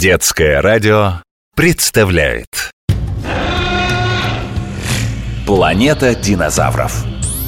Детское радио представляет Планета динозавров.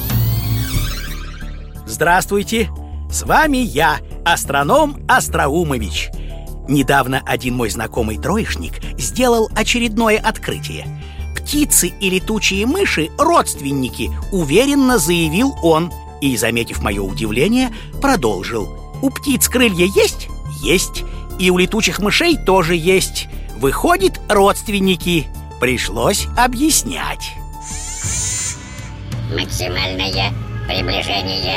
Здравствуйте! С вами я, астроном Остроумович. Недавно один мой знакомый троечник сделал очередное открытие. Птицы и летучие мыши – родственники, уверенно заявил он. И, заметив мое удивление, продолжил. У птиц крылья есть? Есть. И у летучих мышей тоже есть. Выходит, родственники. Пришлось объяснять. Максимальное приближение.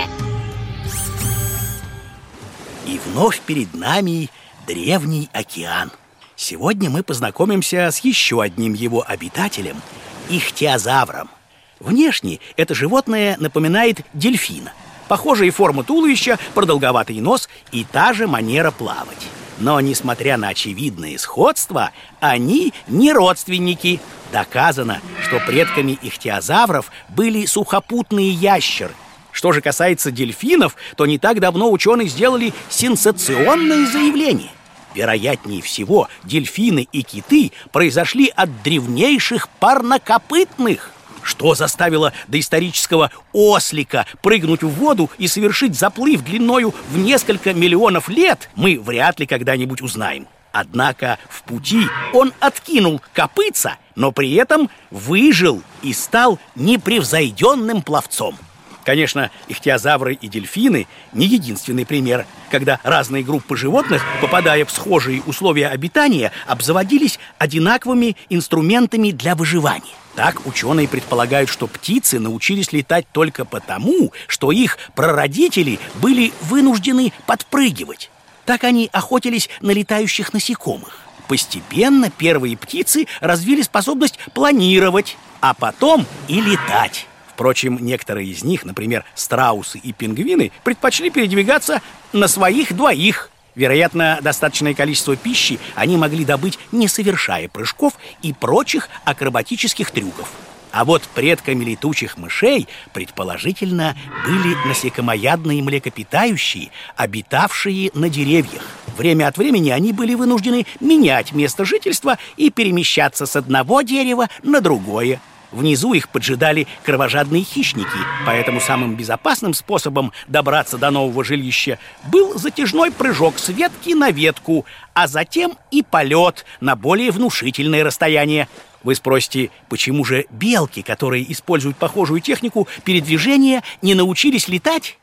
И вновь перед нами древний океан. Сегодня мы познакомимся с еще одним его обитателем – ихтиозавром. Внешне это животное напоминает дельфина. Похожая форма туловища, продолговатый нос и та же манера плавать. Но, несмотря на очевидное сходство, они не родственники. Доказано, что предками ихтиозавров были сухопутные ящеры. Что же касается дельфинов, то не так давно ученые сделали сенсационное заявление. Вероятнее всего, дельфины и киты произошли от древнейших парнокопытных. Что заставило доисторического ослика прыгнуть в воду и совершить заплыв длиною в несколько миллионов лет, мы вряд ли когда-нибудь узнаем. Однако в пути он откинул копытца, но при этом выжил и стал непревзойденным пловцом. Конечно, ихтиозавры и дельфины не единственный пример, когда разные группы животных, попадая в схожие условия обитания, обзаводились одинаковыми инструментами для выживания. Так ученые предполагают, что птицы научились летать только потому, что их прародители были вынуждены подпрыгивать. Так они охотились на летающих насекомых. Постепенно первые птицы развили способность планировать, а потом и летать. Впрочем, некоторые из них, например, страусы и пингвины, предпочли передвигаться на своих двоих. Вероятно, достаточное количество пищи они могли добыть, не совершая прыжков и прочих акробатических трюков. А вот предками летучих мышей, предположительно, были насекомоядные млекопитающие, обитавшие на деревьях. Время от времени они были вынуждены менять место жительства и перемещаться с одного дерева на другое. Внизу их поджидали кровожадные хищники, поэтому самым безопасным способом добраться до нового жилища был затяжной прыжок с ветки на ветку, а затем и полет на более внушительное расстояние. Вы спросите, почему же белки, которые используют похожую технику передвижения, не научились летать?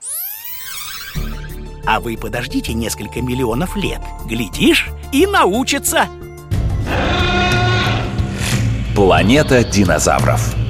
А вы подождите несколько миллионов лет, глядишь, и научатся. Планета динозавров.